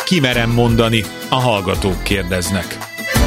Ki merem mondani, a hallgatók kérdeznek.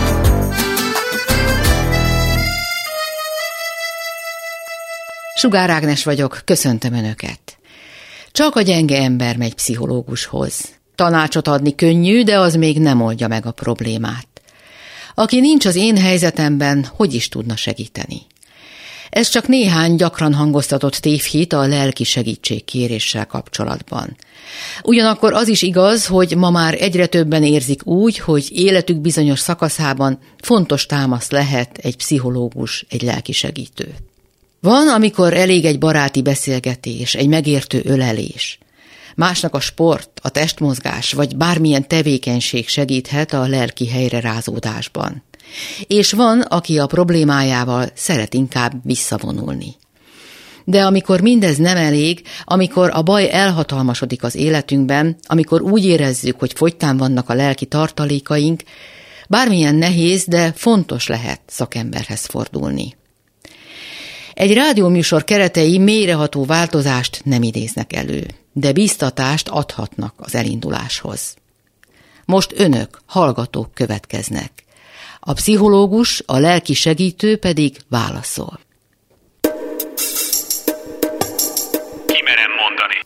Sugár Ágnes vagyok, köszöntöm Önöket. Csak a gyenge ember megy pszichológushoz. Tanácsot adni könnyű, de az még nem oldja meg a problémát. Aki nincs az én helyzetemben, hogy is tudna segíteni? Ez csak néhány gyakran hangoztatott tévhit a lelki segítségkéréssel kapcsolatban. Ugyanakkor az is igaz, hogy ma már egyre többen érzik úgy, hogy életük bizonyos szakaszában fontos támasz lehet egy pszichológus, egy lelki segítő. Van, amikor elég egy baráti beszélgetés, egy megértő ölelés. Másnak a sport, a testmozgás vagy bármilyen tevékenység segíthet a lelki helyrerázódásban. És van, aki a problémájával szeret inkább visszavonulni. De amikor mindez nem elég, amikor a baj elhatalmasodik az életünkben, amikor úgy érezzük, hogy fogytán vannak a lelki tartalékaink, bármilyen nehéz, de fontos lehet szakemberhez fordulni. Egy rádióműsor keretei mélyreható változást nem idéznek elő, de biztatást adhatnak az elinduláshoz. Most Önök, hallgatók következnek. A pszichológus, a lelki segítő pedig válaszol. Ki merem mondani.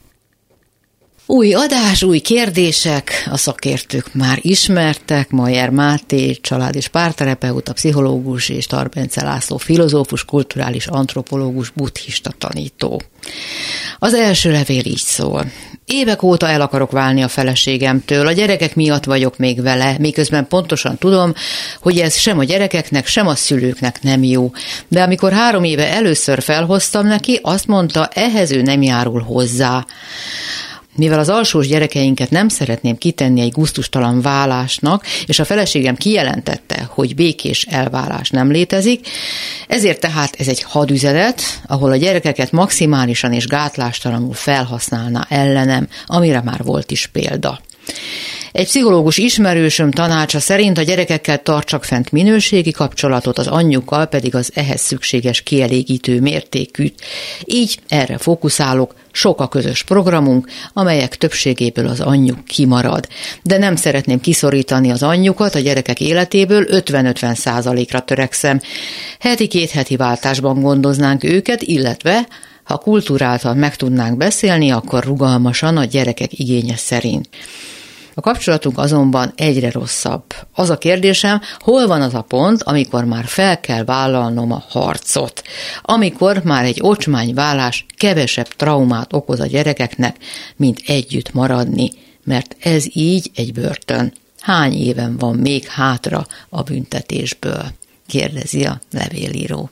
Új adás, új kérdések, a szakértők már ismertek, Mayer Máté, család- és párterapeuta, pszichológus, és Tarbence László, filozófus, kulturális antropológus, buddhista tanító. Az első levél így szól. Évek óta el akarok válni a feleségemtől, a gyerekek miatt vagyok még vele, miközben pontosan tudom, hogy ez sem a gyerekeknek, sem a szülőknek nem jó. De amikor 3 éve először felhoztam neki, azt mondta, ehhez ő nem járul hozzá. Mivel az alsós gyerekeinket nem szeretném kitenni egy gusztustalan válásnak, és a feleségem kijelentette, hogy békés elválás nem létezik, ezért tehát ez egy hadüzenet, ahol a gyerekeket maximálisan és gátlástalanul felhasználná ellenem, amire már volt is példa. Egy pszichológus ismerősöm tanácsa szerint a gyerekekkel tartsak fent minőségi kapcsolatot, az anyjukkal pedig az ehhez szükséges kielégítő mértékűt. Így erre fókuszálok, sok a közös programunk, amelyek többségéből az anyjuk kimarad. De nem szeretném kiszorítani az anyjukat a gyerekek életéből, 50-50%-ra törekszem. Heti 2 heti váltásban gondoznánk őket, illetve ha kulturáltan meg tudnánk beszélni, akkor rugalmasan a gyerekek igénye szerint. A kapcsolatunk azonban egyre rosszabb. Az a kérdésem, hol van az a pont, amikor már fel kell vállalnom a harcot? Amikor már egy ocsmányválás kevesebb traumát okoz a gyerekeknek, mint együtt maradni, mert ez így egy börtön. Hány éven van még hátra a büntetésből? Kérdezi a levélíró.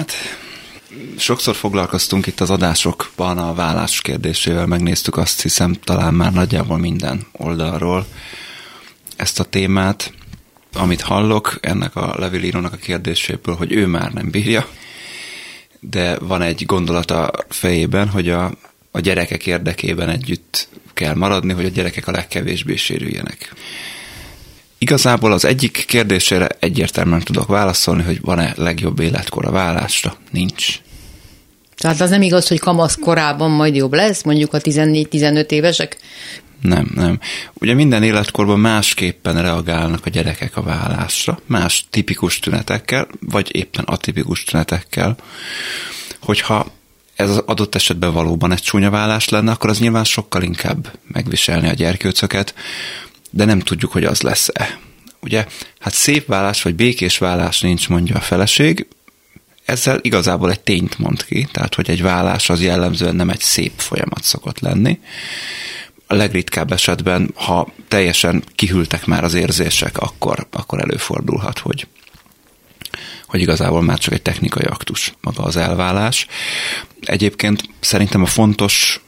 Sokszor foglalkoztunk itt az adásokban a vállás kérdésével, megnéztük azt hiszem talán már nagyjából minden oldalról ezt a témát. Amit hallok ennek a levélírónak a kérdéséből, hogy ő már nem bírja, de van egy gondolata fejében, hogy a gyerekek érdekében együtt kell maradni, hogy a gyerekek a legkevésbé sérüljenek. Igazából az egyik kérdésére egyértelműen tudok válaszolni, hogy van-e legjobb életkor a vállásra? Nincs. Tehát az nem igaz, hogy kamasz korában majd jobb lesz, mondjuk a 14-15 évesek? Nem. Ugye minden életkorban másképpen reagálnak a gyerekek a vállásra, más tipikus tünetekkel, vagy éppen atipikus tünetekkel. Hogyha ez az adott esetben valóban egy csúnya vállás lenne, akkor az nyilván sokkal inkább megviselni a gyerkőcöket, de nem tudjuk, hogy az lesz-e. Ugye, hát szép vállás vagy békés vállás nincs, mondja a feleség, ezzel igazából egy tényt mond ki, tehát hogy egy vállás az jellemzően nem egy szép folyamat szokott lenni. A legritkább esetben, ha teljesen kihűltek már az érzések, akkor előfordulhat, hogy igazából már csak egy technikai aktus maga az elválás. Egyébként szerintem a fontos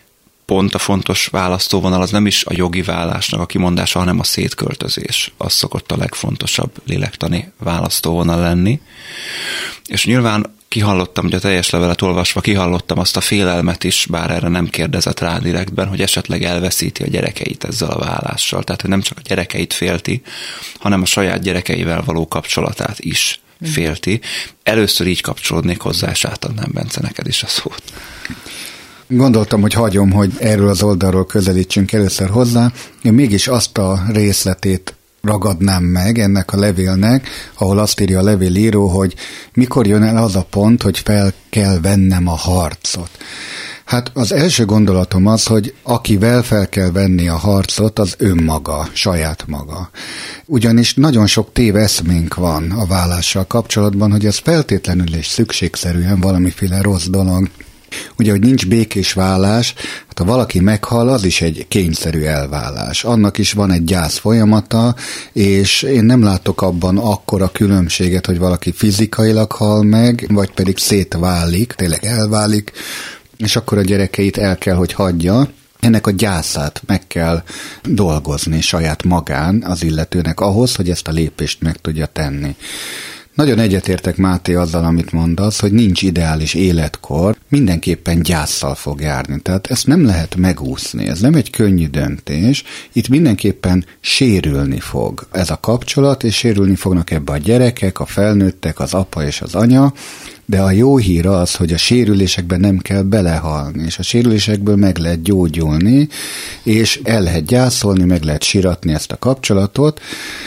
választóvonal az nem is a jogi vállásnak a kimondása, hanem a szétköltözés. Az szokott a legfontosabb lélektani választóvonal lenni. És nyilván kihallottam, hogy a teljes levelet olvasva kihallottam azt a félelmet is, bár erre nem kérdezett rá direktben, hogy esetleg elveszíti a gyerekeit ezzel a vállással. Tehát, hogy nem csak a gyerekeit félti, hanem a saját gyerekeivel való kapcsolatát is félti. Először így kapcsolódnék hozzá, és átadnám, Bence, neked is a szót. Gondoltam, hogy hagyom, hogy erről az oldalról közelítsünk először hozzá. Én mégis azt a részletét ragadnám meg ennek a levélnek, ahol azt írja a levélíró, hogy mikor jön el az a pont, hogy fel kell vennem a harcot. Hát az első gondolatom az, hogy akivel fel kell venni a harcot, az önmaga, saját maga. Ugyanis nagyon sok téveszménk van a vállással kapcsolatban, hogy ez feltétlenül és szükségszerűen valamiféle rossz dolog. Ugye, hogy nincs békés vállás, hát ha valaki meghal, az is egy kényszerű elvállás. Annak is van egy gyász folyamata, és én nem látok abban akkora különbséget, hogy valaki fizikailag hal meg, vagy pedig szétválik, tényleg elválik, és akkor a gyerekeit el kell, hogy hagyja. Ennek a gyászát meg kell dolgozni saját magán az illetőnek ahhoz, hogy ezt a lépést meg tudja tenni. Nagyon egyetértek, Máté, azzal, amit mondasz, hogy nincs ideális életkor, mindenképpen gyásszal fog járni. Tehát ezt nem lehet megúszni, ez nem egy könnyű döntés, itt mindenképpen sérülni fog ez a kapcsolat, és sérülni fognak ebbe a gyerekek, a felnőttek, az apa és az anya, de a jó hír az, hogy a sérülésekben nem kell belehalni, és a sérülésekből meg lehet gyógyulni, és el lehet gyászolni, meg lehet siratni ezt a kapcsolatot,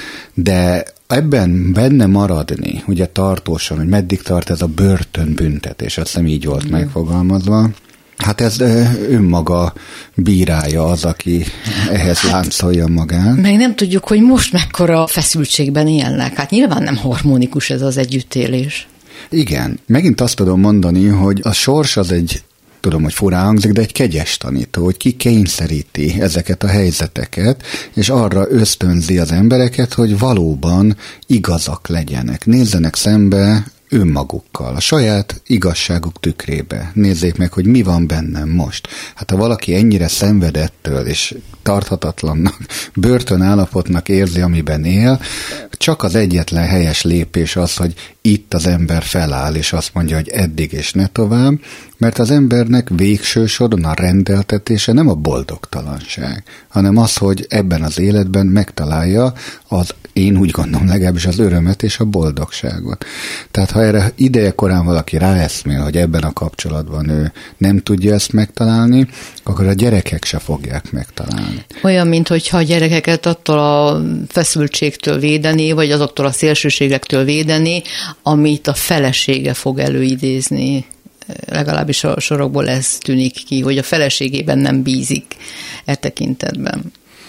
de ebben benne maradni, ugye tartósan, hogy meddig tart ez a börtönbüntetés, azt hiszem így volt megfogalmazva, hát ez önmaga bírálja az, aki ehhez láncolja magát. Meg nem tudjuk, hogy most mekkora feszültségben élnek. Hát nyilván nem harmonikus ez az együttélés. Igen, megint azt tudom mondani, hogy a sors az egy, tudom, hogy furán hangzik, de egy kegyes tanító, hogy ki kényszeríti ezeket a helyzeteket, és arra ösztönzi az embereket, hogy valóban igazak legyenek. Nézzenek szembe önmagukkal, a saját igazságuk tükrébe. Nézzék meg, hogy mi van bennem most. Hát ha valaki ennyire szenvedettől és tarthatatlannak, börtönállapotnak érzi, amiben él, csak az egyetlen helyes lépés az, hogy itt az ember feláll, és azt mondja, hogy eddig és ne tovább, mert az embernek végső soron a rendeltetése nem a boldogtalanság, hanem az, hogy ebben az életben megtalálja az, én úgy gondolom legalábbis az örömet és a boldogságot. Tehát ha erre idejekorán valaki ráeszmél, hogy ebben a kapcsolatban ő nem tudja ezt megtalálni, akkor a gyerekek se fogják megtalálni. Olyan, mintha a gyerekeket attól a feszültségtől védeni, vagy azoktól a szélsőségektől védeni, amit a felesége fog előidézni. Legalábbis a sorokból ez tűnik ki, hogy a feleségében nem bízik e tekintetben.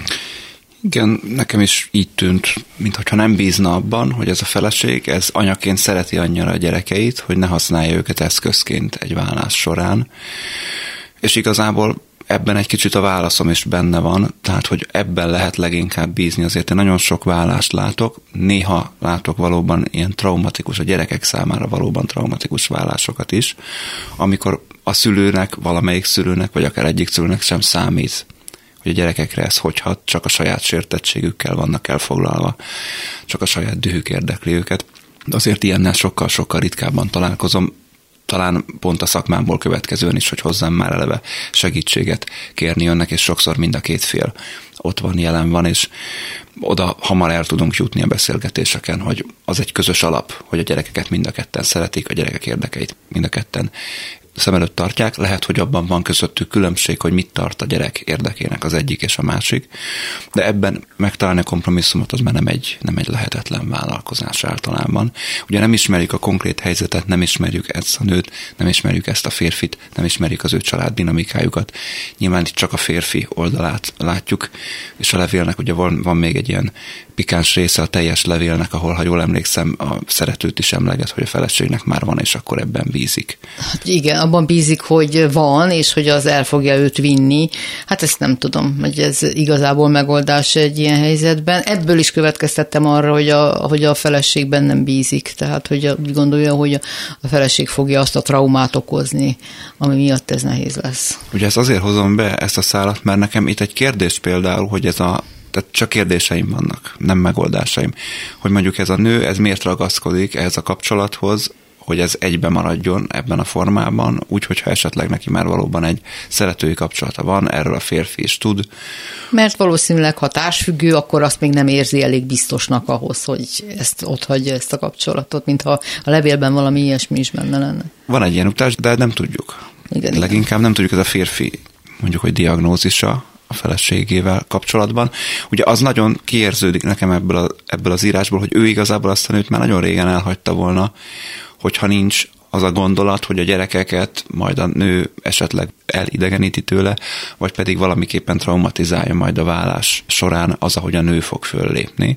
Igen, nekem is így tűnt, mintha nem bízna abban, hogy ez a feleség, ez anyaként szereti annyira a gyerekeit, hogy ne használja őket eszközként egy vállás során. És igazából ebben egy kicsit a válaszom is benne van, tehát, hogy ebben lehet leginkább bízni. Azért én nagyon sok vállást látok, néha látok valóban ilyen traumatikus, a gyerekek számára valóban traumatikus vállásokat is, amikor a szülőnek, valamelyik szülőnek, vagy akár egyik szülőnek sem számít, hogy a gyerekekre ez hogy hat, csak a saját sértettségükkel vannak elfoglalva, csak a saját dühük érdekli őket. De azért ilyennel sokkal-sokkal ritkábban találkozom, talán pont a szakmámból következően is, hogy hozzám már eleve segítséget kérni jönnek, és sokszor mind a két fél ott van, jelen van, és oda hamar el tudunk jutni a beszélgetéseken, hogy az egy közös alap, hogy a gyerekeket mind a ketten szeretik, a gyerekek érdekeit mind a ketten szem előtt tartják, lehet, hogy abban van közöttük különbség, hogy mit tart a gyerek érdekének az egyik és a másik, de ebben megtalálni a kompromisszumot az már nem egy lehetetlen vállalkozás általában. Ugye nem ismerjük a konkrét helyzetet, nem ismerjük ezt a nőt, nem ismerjük ezt a férfit, nem ismerjük az ő család dinamikájukat. Nyilván itt csak a férfi oldalát látjuk, és a levélnek ugye van még egy ilyen pikáns része a teljes levélnek, ahol, ha jól emlékszem, a szeretőt is emleget, hogy a feleségnek már van, és akkor ebben bízik. Hát igen, abban bízik, hogy van, és hogy az el fogja őt vinni. Hát ezt nem tudom, hogy ez igazából megoldás egy ilyen helyzetben. Ebből is következtettem arra, hogy a feleségben nem bízik. Tehát, hogy úgy gondolja, hogy a feleség fogja azt a traumát okozni, ami miatt ez nehéz lesz. Ugye ezt azért hozom be, ezt a szálat, mert nekem itt egy kérdés például, hogy tehát csak kérdéseim vannak, nem megoldásaim. Hogy mondjuk ez a nő, ez miért ragaszkodik ehhez a kapcsolathoz, hogy ez egybe maradjon ebben a formában, úgy, hogyha esetleg neki már valóban egy szeretői kapcsolata van, erről a férfi is tud. Mert valószínűleg ha társfüggő, akkor azt még nem érzi elég biztosnak ahhoz, hogy ezt otthagyja ezt a kapcsolatot, mintha a levélben valami ilyesmi is benne lenne. Van egy ilyen utalás, de nem tudjuk. Igen, leginkább nem tudjuk, ez a férfi mondjuk, hogy diagnózisa a feleségével kapcsolatban. Ugye az nagyon kiérződik nekem ebből az írásból, hogy ő igazából azt a nőt már nagyon régen elhagyta volna, hogyha nincs az a gondolat, hogy a gyerekeket majd a nő esetleg elidegeníti tőle, vagy pedig valamiképpen traumatizálja majd a válás során az, ahogy a nő fog föllépni.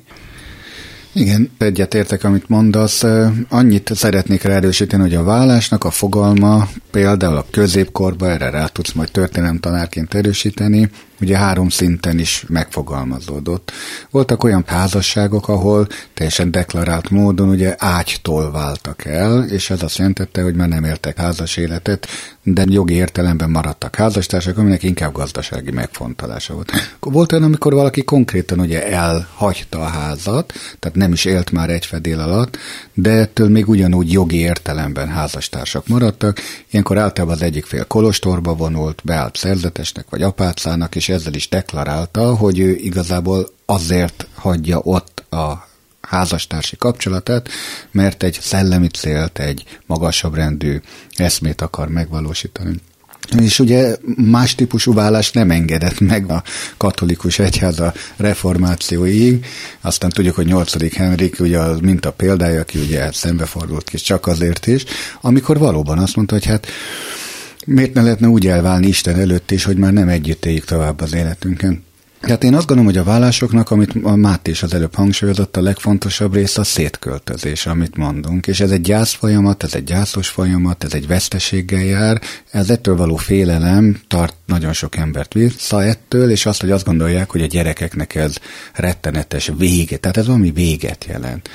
Igen, egyetértek, amit mondasz. Annyit szeretnék rá erősíteni, hogy a vállásnak a fogalma például a középkorban, erre rá tudsz majd történelemtanárként erősíteni, ugye 3 szinten is megfogalmazódott. Voltak olyan házasságok, ahol teljesen deklarált módon ugye ágytól váltak el, és ez azt jelentette, hogy már nem éltek házas életet, de jogi értelemben maradtak házastársak, aminek inkább gazdasági megfontolása volt. Volt olyan, amikor valaki konkrétan ugye elhagyta a házat, tehát nem is élt már egy fedél alatt, de ettől még ugyanúgy jogi értelemben házastársak maradtak. Ilyenkor általában az egyik fél kolostorba vonult, beállt szerzetesnek vagy apácának, és ezzel is deklarálta, hogy ő igazából azért hagyja ott a házastársi kapcsolatát, mert egy szellemi célt, egy magasabb rendű eszmét akar megvalósítani. És ugye más típusú vállást nem engedett meg a katolikus egyház a reformációig. Aztán tudjuk, hogy 8. Henrik ugye az minta példája, aki ugye szembefordult és csak azért is, amikor valóban azt mondta, hogy hát miért ne lehetne úgy elválni Isten előtt is, hogy már nem együtt éljük tovább az életünken. Tehát én azt gondolom, hogy a vállásoknak, amit a Máté is az előbb hangsúlyozott, a legfontosabb része a szétköltözés, amit mondunk. És ez egy gyászfolyamat, ez egy gyászos folyamat, ez egy veszteséggel jár, ez ettől való félelem tart nagyon sok embert vissza ettől, és azt, hogy azt gondolják, hogy a gyerekeknek ez rettenetes vége, tehát ez valami véget jelent.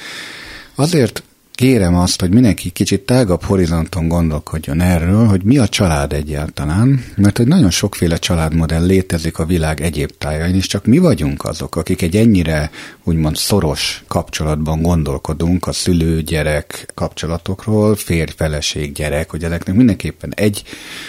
Azért kérem azt, hogy mindenki kicsit tágabb horizonton gondolkodjon erről, hogy mi a család egyáltalán, mert hogy nagyon sokféle családmodell létezik a világ egyéb tájain, és csak mi vagyunk azok, akik egy ennyire úgymond szoros kapcsolatban gondolkodunk a szülő-gyerek kapcsolatokról, férj-feleség-gyerek, hogy ezeknek mindenképpen egy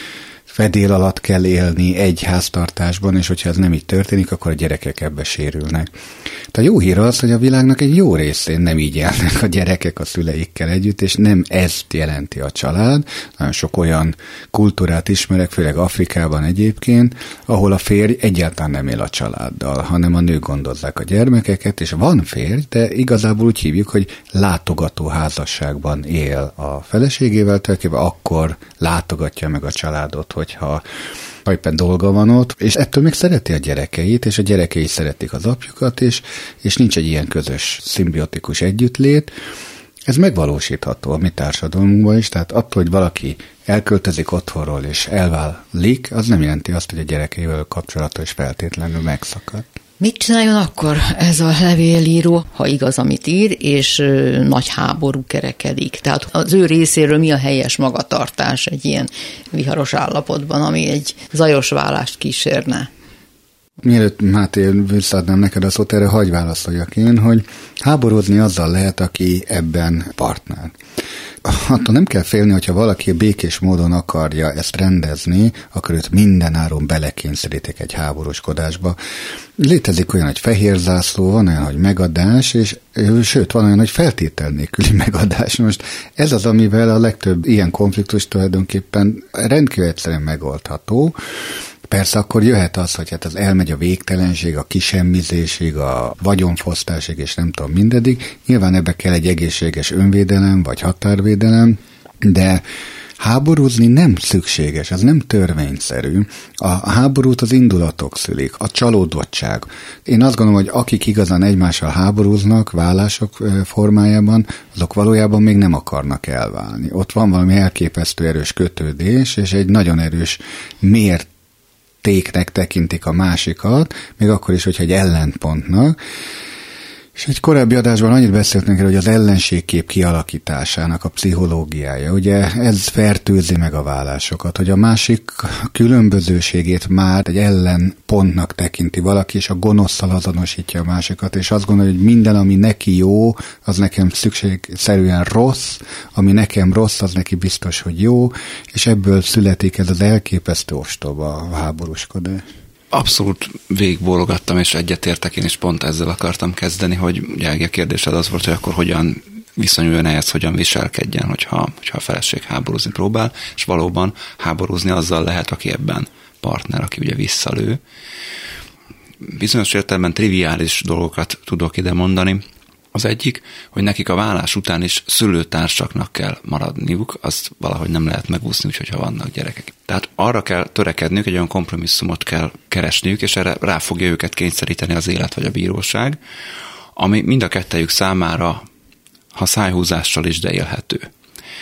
fedél alatt kell élni egy háztartásban, és hogyha ez nem így történik, akkor a gyerekek ebbe sérülnek. Tehát jó hír az, hogy a világnak egy jó részén nem így élnek a gyerekek a szüleikkel együtt, és nem ezt jelenti a család. Nagyon sok olyan kultúrát ismerek, főleg Afrikában egyébként, ahol a férj egyáltalán nem él a családdal, hanem a nők gondozzák a gyermekeket, és van férj, de igazából úgy hívjuk, hogy látogató házasságban él a feleségével, tulajdonképpen akkor látogatja meg a családot, hogyha éppen dolga van ott, és ettől még szereti a gyerekeit, és a gyerekei szeretik az apjukat, és nincs egy ilyen közös szimbiotikus együttlét. Ez megvalósítható a mi társadalmunkban is, tehát attól, hogy valaki elköltözik otthonról és elválik, az nem jelenti azt, hogy a gyerekeivel kapcsolata is feltétlenül megszakad. Mit csináljon akkor ez a levélíró, ha igaz, amit ír, és nagy háború kerekedik? Tehát az ő részéről mi a helyes magatartás egy ilyen viharos állapotban, ami egy zajos válást kísérne? Mielőtt Máté visszaadnám neked a szót, erre hagyj válaszoljak én, hogy háborúzni azzal lehet, aki ebben partner. Attól nem kell félni, hogyha valaki békés módon akarja ezt rendezni, akkor őt mindenáron belekényszerítik egy háborúskodásba. Létezik olyan, hogy fehér zászló, van olyan, hogy megadás, és sőt, van olyan, hogy feltétel nélküli megadás. Most ez az, amivel a legtöbb ilyen konfliktus tulajdonképpen rendkívül egyszerűen megoldható. Persze akkor jöhet az, hogy hát az elmegy a végtelenség, a kisemmizésig, a vagyonfosztásig, és nem tudom mindedig. Nyilván ebbe kell egy egészséges önvédelem, vagy határvédelem, de háborúzni nem szükséges, ez nem törvényszerű. A háborút az indulatok szülik, a csalódottság. Én azt gondolom, hogy akik igazán egymással háborúznak válások formájában, azok valójában még nem akarnak elválni. Ott van valami elképesztő erős kötődés, és egy nagyon erős mértéknek tekintik a másikat, még akkor is, hogyha egy ellenpontnak. És egy korábbi adásban annyit beszéltünk erről, hogy az ellenségkép kialakításának a pszichológiája. Ugye ez fertőzi meg a válásokat, hogy a másik különbözőségét már egy ellenpontnak tekinti valaki, és a gonoszszal azonosítja a másikat, és azt gondolja, hogy minden, ami neki jó, az nekem szükségszerűen rossz, ami nekem rossz, az neki biztos, hogy jó, és ebből születik ez az elképesztő ostoba a háborúskodás. Abszolút végigbólogattam, és egyetértek, én is pont ezzel akartam kezdeni, hogy ugye a kérdésed az volt, hogy akkor hogyan viszonyuljon ehhez, hogyan viselkedjen, hogyha a feleség háborúzni próbál, és valóban háborúzni azzal lehet, aki ebben partner, aki ugye visszalő. Bizonyos értelemben triviális dolgokat tudok ide mondani. Az egyik, hogy nekik a válás után is szülőtársaknak kell maradniuk, azt valahogy nem lehet megúszni, úgyhogy ha vannak gyerekek. Tehát arra kell törekedniük, egy olyan kompromisszumot kell keresniük, és erre rá fogja őket kényszeríteni az élet vagy a bíróság, ami mind a kettejük számára, ha szájhúzással is, de élhető.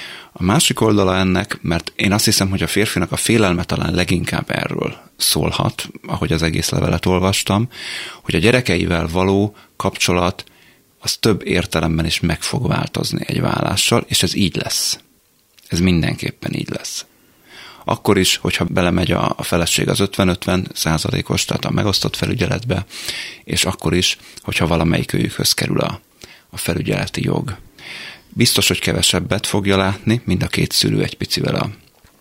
A másik oldala ennek, mert én azt hiszem, hogy a férfinak a félelme talán leginkább erről szólhat, ahogy az egész levelet olvastam, hogy a gyerekeivel való kapcsolat az több értelemben is meg fog változni egy válással, és ez így lesz. Ez mindenképpen így lesz. Akkor is, hogyha belemegy a feleség az 50-50%-os, tehát a megosztott felügyeletbe, és akkor is, hogyha valamelyik őjükhöz kerül a felügyeleti jog. Biztos, hogy kevesebbet fogja látni, mind a két szülő egy picivel a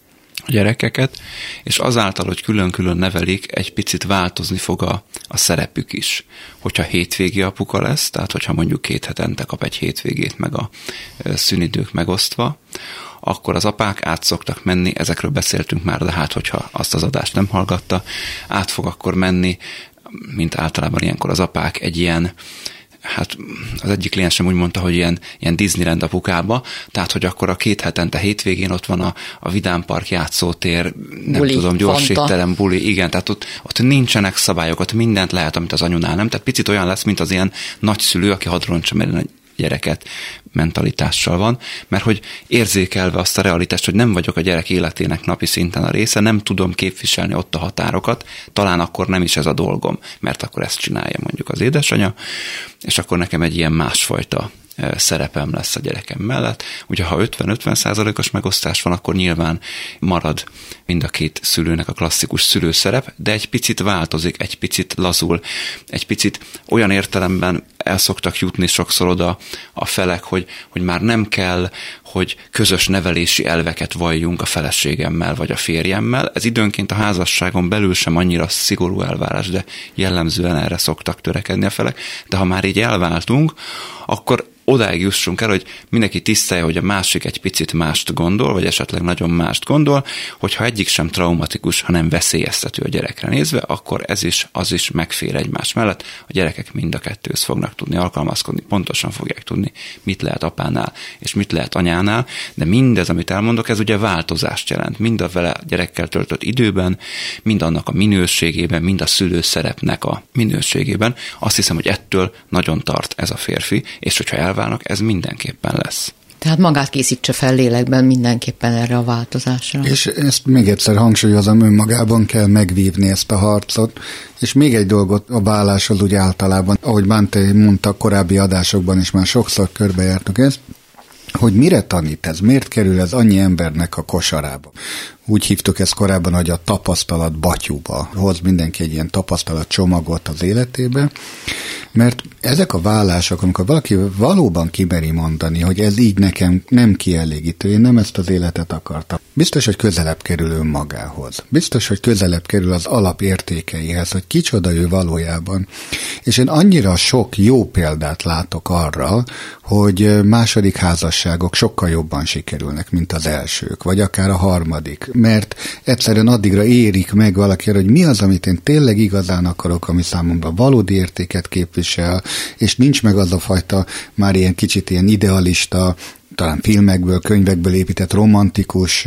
gyerekeket, és azáltal, hogy külön-külön nevelik, egy picit változni fog a szerepük is. Hogyha hétvégi apuka lesz, tehát hogyha mondjuk 2 hetente kap egy hétvégét meg a szünidők megosztva, akkor az apák át szoktak menni, ezekről beszéltünk már, de hát, hogyha azt az adást nem hallgatta, át fog akkor menni, mint általában ilyenkor az apák egy ilyen, hát az egyik kliensem úgy mondta, hogy ilyen Disneyland apukába, tehát, hogy akkor a 2 hetente hétvégén ott van a vidámpark, játszótér, nem buli, tudom, gyors étterem, buli, igen, tehát ott nincsenek szabályok, ott mindent lehet, amit az anyunál nem, tehát picit olyan lesz, mint az ilyen nagyszülő, aki hadroncsa a gyereket mentalitással van, mert hogy érzékelve azt a realitást, hogy nem vagyok a gyerek életének napi szinten a része, nem tudom képviselni ott a határokat, talán akkor nem is ez a dolgom, mert akkor ezt csinálja mondjuk az édesanyja, és akkor nekem egy ilyen másfajta szerepem lesz a gyerekem mellett. Ugye ha 50-50%-os megosztás van, akkor nyilván marad mind a két szülőnek a klasszikus szülőszerep, de egy picit változik, egy picit lazul, egy picit olyan értelemben el szoktak jutni sokszor oda a felek, hogy már nem kell, hogy közös nevelési elveket valljunk a feleségemmel vagy a férjemmel. Ez időnként a házasságon belül sem annyira szigorú elvárás, de jellemzően erre szoktak törekedni a felek. De ha már így elváltunk, akkor odáig jussunk el, hogy mindenki tisztelje, hogy a másik egy picit mást gondol, vagy esetleg nagyon mást gondol, hogyha egyik sem traumatikus, hanem veszélyeztető a gyerekre nézve, akkor ez is, az is megfér egymás mellett. A gyerekek mind a kettőhöz fognak tudni alkalmazkodni, pontosan fogják tudni, mit lehet apánál, és mit lehet anyánál, de mindez, amit elmondok, ez ugye változást jelent. Mind a vele gyerekkel töltött időben, mind annak a minőségében, mind a szülőszerepnek a minőségében. Azt hiszem, hogy ettől nagyon tart ez a férfi, és hogyha elválnak, ez mindenképpen lesz. Tehát magát készítse fel lélekben mindenképpen erre a változásra. És ezt még egyszer hangsúlyozom, önmagában kell megvívni ezt a harcot. És még egy dolgot a válláshoz úgy általában, ahogy Bánté mondta korábbi adásokban is, már sokszor körbejártuk ezt, hogy mire tanít ez, miért kerül ez annyi embernek a kosarába. Úgy hívtuk ezt korábban, hogy a tapasztalat batyúba. Hoz mindenki egy ilyen tapasztalatcsomagot az életébe, mert ezek a vállások, amikor valaki valóban kimeri mondani, hogy ez így nekem nem kielégítő, én nem ezt az életet akartam. Biztos, hogy közelebb kerül önmagához. Biztos, hogy közelebb kerül az alapértékeihez, hogy kicsoda ő valójában. És én annyira sok jó példát látok arra, hogy második házasságok sokkal jobban sikerülnek, mint az elsők, vagy akár a harmadik. Mert egyszerűen addigra érik meg valaki, hogy mi az, amit én tényleg igazán akarok, ami számomra valódi értéket képvisel, és nincs meg az a fajta már ilyen kicsit ilyen idealista, talán filmekből, könyvekből épített romantikus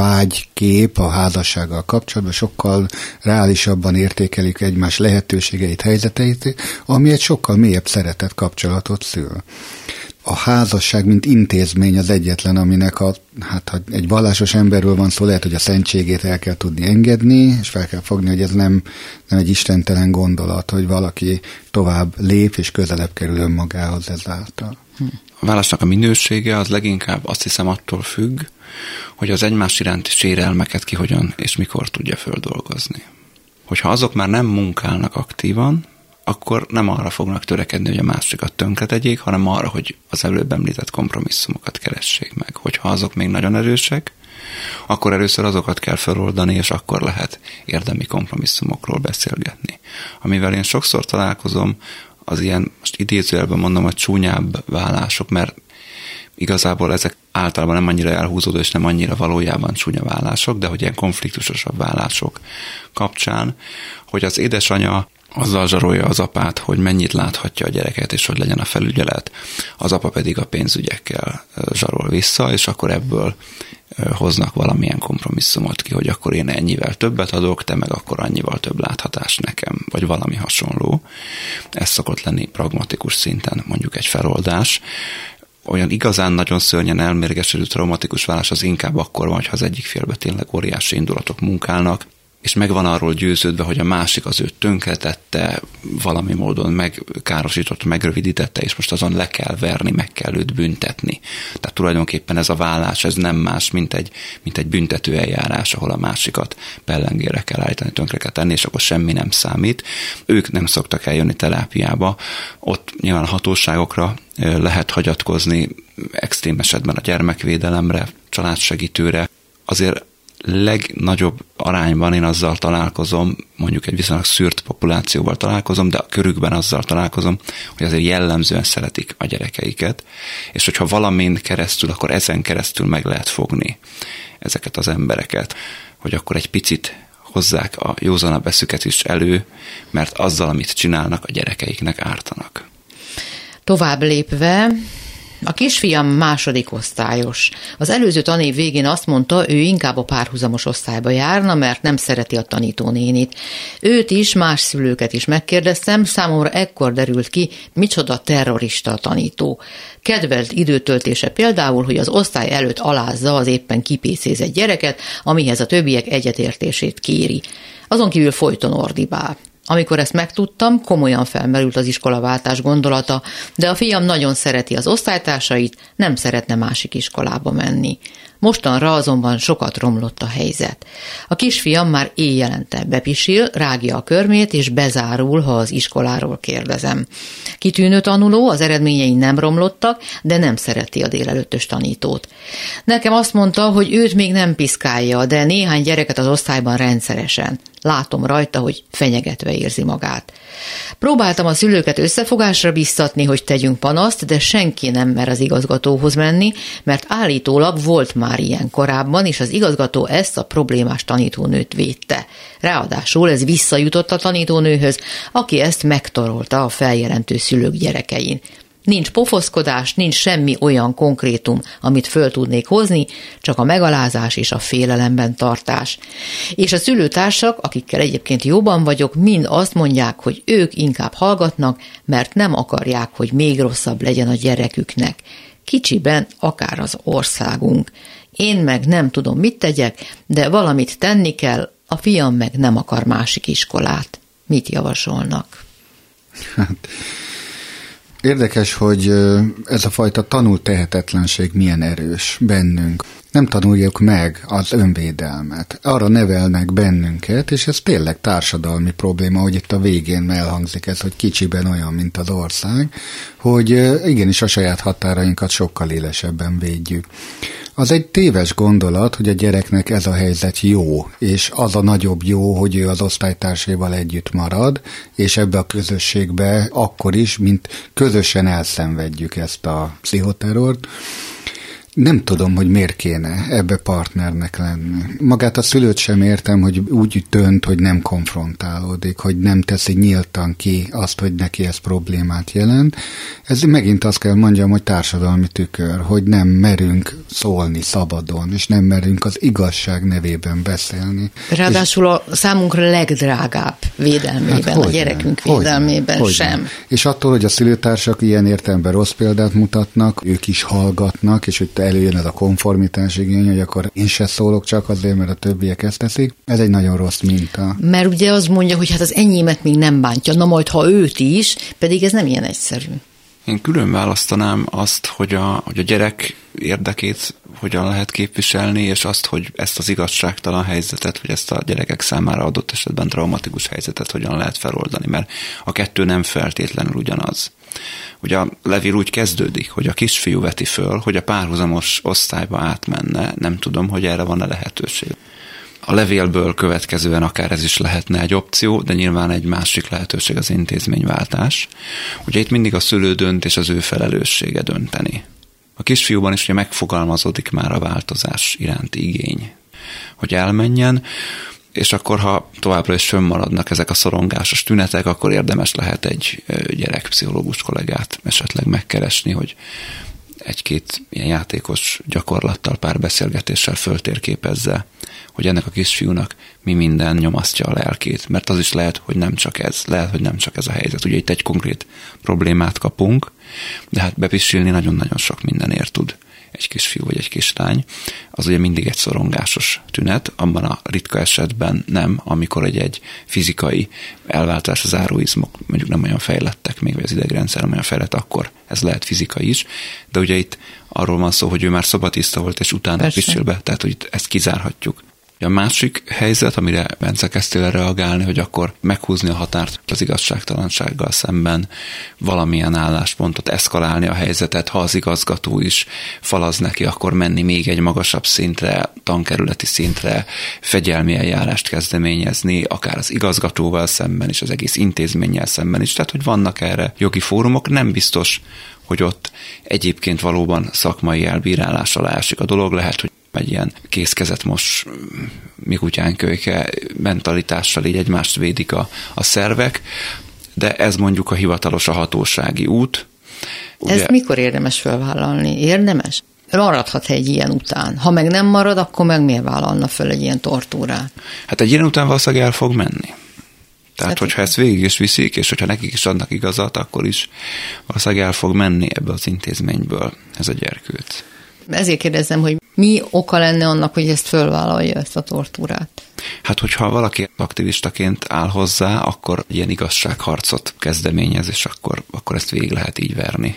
vágykép a házassággal kapcsolatban, sokkal reálisabban értékelik egymás lehetőségeit, helyzeteit, ami egy sokkal mélyebb szeretett kapcsolatot szül. A házasság, mint intézmény az egyetlen, aminek ha egy vallásos emberről van szó, lehet, hogy a szentségét el kell tudni engedni, és fel kell fogni, hogy ez nem egy istentelen gondolat, hogy valaki tovább lép, és közelebb kerül önmagához ezáltal. A válasznak a minősége az leginkább azt hiszem attól függ, hogy az egymás iránti sérelmeket ki hogyan és mikor tudja földolgozni. Hogyha azok már nem munkálnak aktívan, akkor nem arra fognak törekedni, hogy a másikat tönkretegyék, hanem arra, hogy az előbb említett kompromisszumokat keressék meg. Hogyha azok még nagyon erősek, akkor először azokat kell feloldani, és akkor lehet érdemi kompromisszumokról beszélgetni. Amivel én sokszor találkozom, az ilyen, most idézőjelben mondom, a csúnyább vállások, mert Igazából ezek általában nem annyira elhúzódó és nem annyira valójában csúnya vállások, de hogy ilyen konfliktusosabb vállások kapcsán, hogy az édesanya azzal zsarolja az apát, hogy mennyit láthatja a gyereket, és hogy legyen a felügyelet, az apa pedig a pénzügyekkel zsarol vissza, és akkor ebből hoznak valamilyen kompromisszumot ki, hogy akkor én ennyivel többet adok, te meg akkor annyival több láthatás nekem, vagy valami hasonló. Ez szokott lenni pragmatikus szinten mondjuk egy feloldás. Olyan igazán nagyon szörnyen elmérgesedő traumatikus vállás az inkább akkor van, ha az egyik félbe tényleg óriási indulatok munkálnak, és meg van arról győződve, hogy a másik az őt tönkretette, valami módon megkárosította, megrövidítette, és most azon le kell verni, meg kell őt büntetni. Tehát tulajdonképpen ez a vállás, ez nem más, mint egy büntető eljárás, ahol a másikat pellengére kell állítani, tönkre kell tenni, és akkor semmi nem számít. Ők nem szoktak eljönni terápiába, ott nyilván hatóságokra lehet hagyatkozni, extrém esetben a gyermekvédelemre, családsegítőre. Azért legnagyobb arányban én azzal találkozom, mondjuk egy viszonylag szűrt populációval találkozom, de a körükben azzal találkozom, hogy azért jellemzően szeretik a gyerekeiket, és hogyha valamin keresztül, akkor ezen keresztül meg lehet fogni ezeket az embereket, hogy akkor egy picit hozzák a józanabb eszüket is elő, mert azzal, amit csinálnak, a gyerekeiknek ártanak. Tovább lépve, a kisfiam második osztályos. Az előző tanév végén azt mondta, ő inkább a párhuzamos osztályba járna, mert nem szereti a tanítónénit. Őt is, más szülőket is megkérdeztem, számomra ekkor derült ki, micsoda terrorista a tanító. Kedvelt időtöltése például, hogy az osztály előtt alázza az éppen kipécézett gyereket, amihez a többiek egyetértését kéri. Azon kívül folyton ordibál. Amikor ezt megtudtam, komolyan felmerült az iskolaváltás gondolata, de a fiam nagyon szereti az osztálytársait, nem szeretne másik iskolába menni. Mostanra azonban sokat romlott a helyzet. A kisfiam már éjjelente bepisil, rágja a körmét és bezárul, ha az iskoláról kérdezem. Kitűnő tanuló, az eredményei nem romlottak, de nem szereti a délelőttös tanítót. Nekem azt mondta, hogy őt még nem piszkálja, de néhány gyereket az osztályban rendszeresen. Látom rajta, hogy fenyegetve érzi magát. Próbáltam a szülőket összefogásra biztatni, hogy tegyünk panaszt, de senki nem mer az igazgatóhoz menni, mert állítólag volt már ilyen korábban, és az igazgató ezt a problémás tanítónőt védte. Ráadásul ez visszajutott a tanítónőhöz, aki ezt megtorolta a feljelentő szülők gyerekein. Nincs pofoszkodás, nincs semmi olyan konkrétum, amit föl tudnék hozni, csak a megalázás és a félelemben tartás. És a szülőtársak, akikkel egyébként jóban vagyok, mind azt mondják, hogy ők inkább hallgatnak, mert nem akarják, hogy még rosszabb legyen a gyereküknek. Kicsiben akár az országunk. Én meg nem tudom, mit tegyek, de valamit tenni kell, a fiam meg nem akar másik iskolát. Mit javasolnak? Érdekes, hogy ez a fajta tanult tehetetlenség milyen erős bennünk. Nem tanuljuk meg az önvédelmet. Arra nevelnek bennünket, és ez tényleg társadalmi probléma, hogy itt a végén elhangzik ez, hogy kicsiben olyan, mint az ország, hogy igenis a saját határainkat sokkal élesebben védjük. Az egy téves gondolat, hogy a gyereknek ez a helyzet jó, és az a nagyobb jó, hogy ő az osztálytársaival együtt marad, és ebbe a közösségbe akkor is, mint közösen elszenvedjük ezt a pszichoterrort. Nem tudom, hogy miért kéne ebbe partnernek lenni. Magát a szülőt sem értem, hogy úgy dönt, hogy nem konfrontálódik, hogy nem teszi nyíltan ki azt, hogy neki ez problémát jelent. Ez megint azt kell mondjam, hogy társadalmi tükör, hogy nem merünk szólni szabadon, és nem merünk az igazság nevében beszélni. Ráadásul a számunkra legdrágább védelmében, a gyerekünk védelmében sem. És attól, hogy a szülőtársak ilyen értelemben rossz példát mutatnak, ők is hallgatnak, és hogy előjön ez a konformitás igény, hogy akkor én se szólok csak azért, mert a többiek ezt teszik. Ez egy nagyon rossz minta. Mert ugye az mondja, hogy hát az enyémet még nem bántja, na majd ha őt is, pedig ez nem ilyen egyszerű. Én külön választanám azt, hogy a gyerek érdekét hogyan lehet képviselni, és azt, hogy ezt az igazságtalan helyzetet, vagy ezt a gyerekek számára adott esetben traumatikus helyzetet hogyan lehet feloldani, mert a kettő nem feltétlenül ugyanaz. Ugye a levél úgy kezdődik, hogy a kisfiú veti föl, hogy a párhuzamos osztályba átmenne, nem tudom, hogy erre van-e lehetőség. A levélből következően akár ez is lehetne egy opció, de nyilván egy másik lehetőség az intézményváltás. Ugye itt mindig a szülő dönt, és az ő felelőssége dönteni. A kisfiúban is ugye megfogalmazódik már a változás iránti igény, hogy elmenjen, és akkor, ha továbbra is fönnmaradnak ezek a szorongásos tünetek, akkor érdemes lehet egy gyerekpszichológus kollégát esetleg megkeresni, hogy egy-két ilyen játékos gyakorlattal, párbeszélgetéssel föltérképezze, hogy ennek a kisfiúnak mi minden nyomasztja a lelkét. Mert az is lehet, hogy nem csak ez. Lehet, hogy nem csak ez a helyzet. Ugye itt egy konkrét problémát kapunk, de hát bepisilni nagyon-nagyon sok mindenért tud egy kisfiú vagy egy kislány. Az ugye mindig egy szorongásos tünet, abban a ritka esetben nem, amikor egy fizikai elváltás, az áróizmok mondjuk nem olyan fejlettek, még vagy az idegrendszer nem olyan fejlett, akkor ez lehet fizikai is, de ugye itt arról van szó, hogy ő már szobatiszta volt, és utána pisil be, tehát hogy itt ezt kizárhatjuk. A másik helyzet, amire Bence kezdtél reagálni, hogy akkor meghúzni a határt az igazságtalansággal szemben, valamilyen álláspontot, eszkalálni a helyzetet, ha az igazgató is falaz neki, akkor menni még egy magasabb szintre, tankerületi szintre, fegyelmi eljárást kezdeményezni, akár az igazgatóval szemben is, az egész intézménnyel szemben is. Tehát, hogy vannak erre jogi fórumok, nem biztos, hogy ott egyébként valóban szakmai elbírálás alá esik a dolog, lehet, hogy egy ilyen kézkezet most mi kutyánkölyke mentalitással így egymást védik a szervek, de ez mondjuk a hivatalos, a hatósági út. Ugye, ezt mikor érdemes felvállalni? Érdemes? Maradhat egy ilyen után. Ha meg nem marad, akkor meg miért vállalna föl egy ilyen tortúrát? Hát egy ilyen után valószínűleg el fog menni. Tehát, hogyha ezt végig is viszik, és hogyha nekik is adnak igazat, akkor is valószínűleg el fog menni ebbe az intézményből ez a gyerkőc. Ezért kérdezem, hogy mi oka lenne annak, hogy ezt fölvállalja, ezt a tortúrát? Hát, hogyha valaki aktivistaként áll hozzá, akkor ilyen igazságharcot kezdeményez, és akkor ezt végig lehet így verni.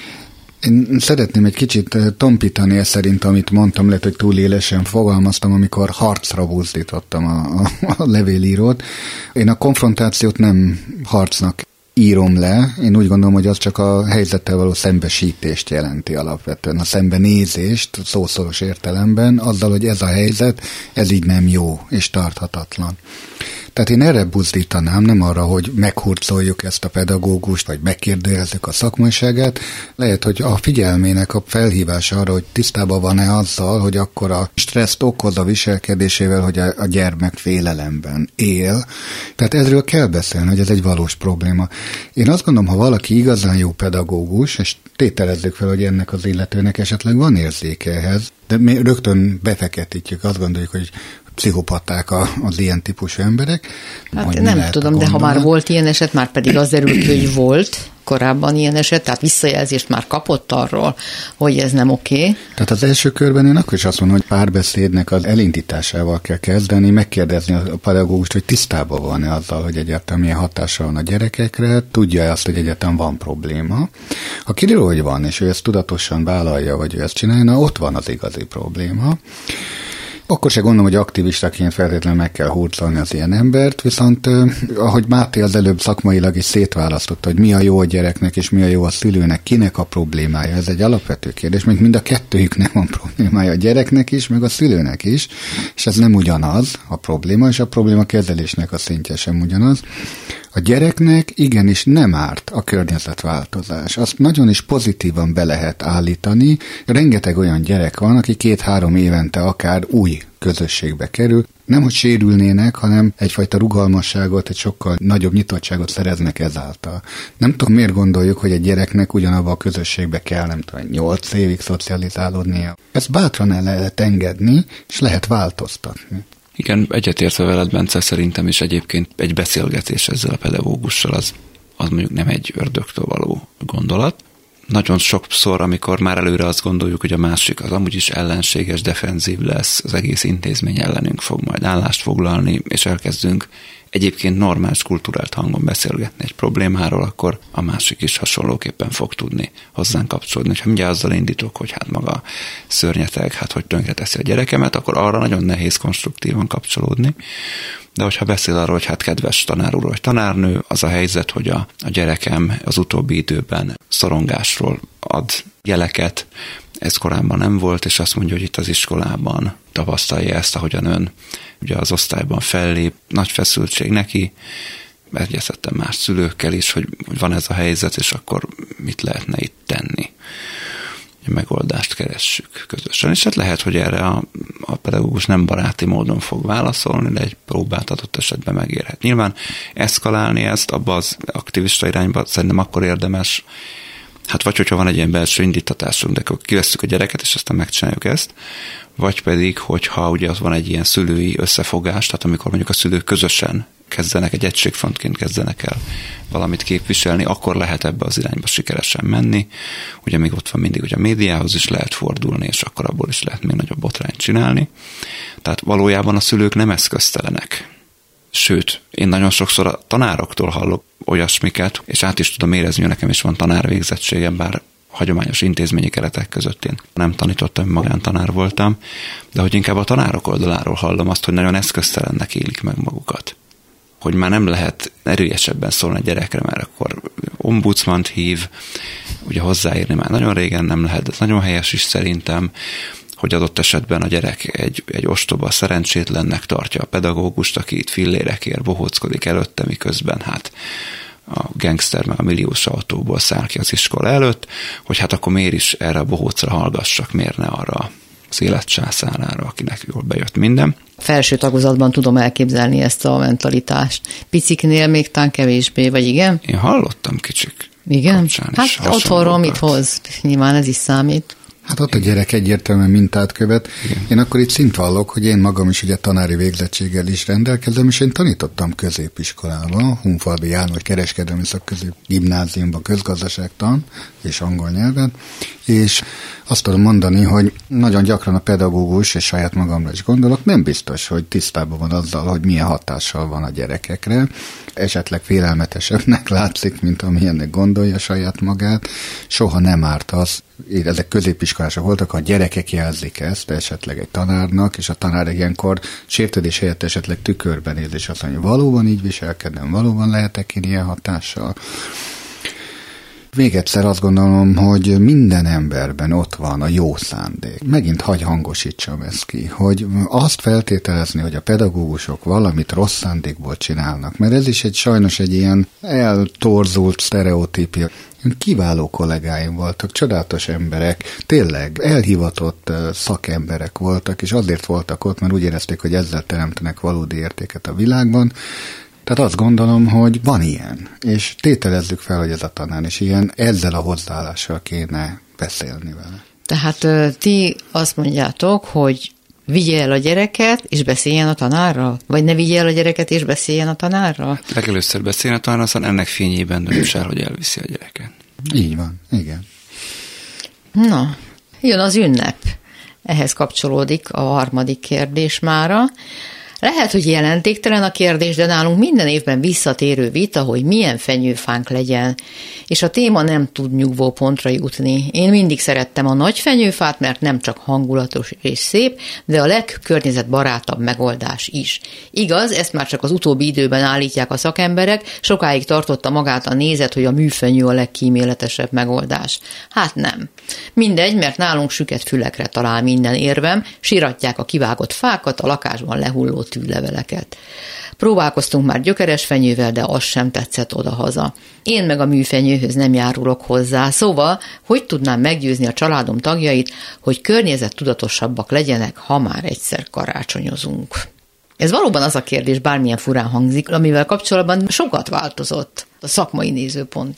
Én szeretném egy kicsit tompítani ezt szerint, amit mondtam, lehet, hogy túl élesen fogalmaztam, amikor harcra buzdítottam a levélírót. Én a konfrontációt nem harcnak írom le. Én úgy gondolom, hogy az csak a helyzettel való szembesítést jelenti alapvetően. A szembenézést szószoros értelemben, azzal, hogy ez a helyzet, ez így nem jó és tarthatatlan. Tehát én erre buzdítanám, nem arra, hogy meghurcoljuk ezt a pedagógust, vagy megkérdőjelezzük a szakmaiságát. Lehet, hogy a figyelmének a felhívása arra, hogy tisztában van-e azzal, hogy akkor a stresszt okoz a viselkedésével, hogy a gyermek félelemben él. Tehát ezről kell beszélni, hogy ez egy valós probléma. Én azt gondolom, ha valaki igazán jó pedagógus, és tételezzük fel, hogy ennek az illetőnek esetleg van érzéke ehhez, de mi rögtön befeketítjük, azt gondoljuk, hogy pszichopaták az ilyen típusú emberek. Hát nem tudom, de ha már volt ilyen eset, már pedig az derül ki, hogy volt korábban ilyen eset, tehát visszajelzést már kapott arról, hogy ez nem oké. Tehát az első körben én akkor is azt mondom, hogy párbeszédnek az elindításával kell kezdeni, megkérdezni a pedagógust, hogy tisztában van-e azzal, hogy egyáltalán milyen hatása van a gyerekekre, tudja-e azt, hogy egyáltalán van probléma. Ha kiderül, hogy van, és ő ezt tudatosan vállalja, vagy ő ezt csinálja, ott van az igazi probléma. Akkor se gondolom, hogy aktivistaként feltétlenül meg kell hurcolni az ilyen embert, viszont ahogy Máté az előbb szakmailag is szétválasztotta, hogy mi a jó a gyereknek és mi a jó a szülőnek, kinek a problémája, ez egy alapvető kérdés, mert mind a kettőjüknek van problémája, a gyereknek is, meg a szülőnek is, és ez nem ugyanaz a probléma, és a probléma kezelésnek a szintje sem ugyanaz. A gyereknek igenis nem árt a környezetváltozás. Azt nagyon is pozitívan be lehet állítani. Rengeteg olyan gyerek van, aki 2-3 évente akár új közösségbe kerül. Nem, hogy sérülnének, hanem egyfajta rugalmasságot, egy sokkal nagyobb nyitottságot szereznek ezáltal. Nem tudom, miért gondoljuk, hogy egy gyereknek ugyanabba a közösségbe kell, nem tudom, 8 évig szocializálódnia. Ezt bátran el lehet engedni, és lehet változtatni. Igen, egyetértve veled, Bence, szerintem is egyébként egy beszélgetés ezzel a pedagógussal, az mondjuk nem egy ördögtől való gondolat. Nagyon sokszor, amikor már előre azt gondoljuk, hogy a másik az amúgy is ellenséges, defenzív lesz, az egész intézmény ellenünk fog majd állást foglalni, és elkezdünk egyébként normális, kulturált hangon beszélgetni egy problémáról, akkor a másik is hasonlóképpen fog tudni hozzánk kapcsolódni. Ha mindjárt azzal indítok, hogy hát maga szörnyeteg, hát hogy tönkreteszi a gyerekemet, akkor arra nagyon nehéz konstruktívan kapcsolódni. De hogyha beszél arról, hogy hát kedves tanár úr vagy tanárnő, az a helyzet, hogy a gyerekem az utóbbi időben szorongásról ad jeleket, ez korábban nem volt, és azt mondja, hogy itt az iskolában tapasztalja ezt, ahogyan ön ugye az osztályban fellép, nagy feszültség neki, egyeztettem más szülőkkel is, hogy van ez a helyzet, és akkor mit lehetne itt tenni. megoldást keressük közösen. És hát lehet, hogy erre a pedagógus nem baráti módon fog válaszolni, de egy próbát adott esetben megérhet. Nyilván eszkalálni ezt abba az aktivista irányba szerintem akkor érdemes, hát vagy hogyha van egy ilyen belső indítatásunk, de akkor kivesszük a gyereket, és aztán megcsináljuk ezt, vagy pedig, hogyha ugye az van egy ilyen szülői összefogás, tehát amikor mondjuk a szülők közösen kezdenek, egy egységfrontként kezdenek el valamit képviselni, akkor lehet ebbe az irányba sikeresen menni. Ugye még ott van mindig, hogy a médiához is lehet fordulni, és akkor abból is lehet még nagyobb botrányt csinálni. Tehát valójában a szülők nem eszköztelenek. Sőt, én nagyon sokszor a tanároktól hallok olyasmiket, és át is tudom érezni, hogy nekem is van tanárvégzettségem, bár hagyományos intézményi keretek között én nem tanítottam, magántanár voltam, de hogy inkább a tanárok oldaláról hallom azt, hogy nagyon eszköztelennek élik meg magukat. Hogy már nem lehet erősebben szólni a gyerekre, mert akkor ombudsmant hív, ugye hozzáírni már nagyon régen nem lehet, ez nagyon helyes is szerintem, hogy adott esetben a gyerek egy ostoba, szerencsétlennek tartja a pedagógust, aki itt fillérekért bohóckodik előtte, miközben hát a gangster meg a milliós autóból száll ki az iskola előtt, hogy hát akkor miért is erre a bohócra hallgassak, miért ne arra az életcsászárára, akinek jól bejött minden. Felső tagozatban tudom elképzelni ezt a mentalitást. Piciknél még talán kevésbé, vagy igen? Én hallottam kicsik. Igen? Hát otthonról mit hoz? Nyilván ez is számít. Hát ott a gyerek egyértelműen mintát követ. Igen. Én akkor itt szint vallok, hogy én magam is ugye tanári végzettséggel is rendelkezem, és én tanítottam középiskolában, Hunfalvi János Kereskedelmi Szakközép Gimnáziumban közgazdaságtan és angol nyelven, és azt tudom mondani, hogy nagyon gyakran a pedagógus, és saját magamra is gondolok, nem biztos, hogy tisztában van azzal, hogy milyen hatással van a gyerekekre, esetleg félelmetesebbnek látszik, mint amilyennek gondolja saját magát. Soha nem árt az, ezek középiskolások voltak, ha a gyerekek jelzik ezt esetleg egy tanárnak, és a tanár ilyenkor sértődés helyett esetleg tükörben néz, és azt mondja, valóban így viselkedem, valóban lehetek én ilyen hatással. Még egyszer azt gondolom, hogy minden emberben ott van a jó szándék. Megint hagy hangosítsam ezt ki, hogy azt feltételezni, hogy a pedagógusok valamit rossz szándékból csinálnak, mert ez is sajnos egy ilyen eltorzult sztereotípia. Kiváló kollégáim voltak, csodálatos emberek, tényleg elhivatott szakemberek voltak, és azért voltak ott, mert úgy érezték, hogy ezzel teremtenek valódi értéket a világban. Tehát azt gondolom, hogy van ilyen, és tételezzük fel, hogy ez a tanár is ilyen, ezzel a hozzáállással kéne beszélni vele. Tehát ti azt mondjátok, hogy vigye el a gyereket, és beszéljen a tanárral? Vagy ne vigye el a gyereket, és beszéljen a tanárral? Legelőször beszéljen a tanárral, aztán ennek fényében dönts el, hogy elviszi a gyereket. Így van, igen. Na, jön az ünnep. Ehhez kapcsolódik a harmadik kérdés mára. Lehet, hogy jelentéktelen a kérdés, de nálunk minden évben visszatérő vita, hogy milyen fenyőfánk legyen, és a téma nem tud nyugvó pontra jutni. Én mindig szerettem a nagy fenyőfát, mert nem csak hangulatos és szép, de a legkörnyezetbarátabb megoldás is. Igaz, ezt már csak az utóbbi időben állítják a szakemberek, sokáig tartotta magát a nézet, hogy a műfenyő a legkíméletesebb megoldás. Hát nem. Mindegy, mert nálunk süket fülekre talál minden érvem, siratják a kivágott fákat, a lakásban lehulló tűleveleket. Próbálkoztunk már gyökeres fenyővel, de az sem tetszett odahaza. Én meg a műfenyőhöz nem járulok hozzá, szóval hogy tudnám meggyőzni a családom tagjait, hogy környezettudatosabbak legyenek, ha már egyszer karácsonyozunk. Ez valóban az a kérdés, bármilyen furán hangzik, amivel kapcsolatban sokat változott a szakmai nézőpont.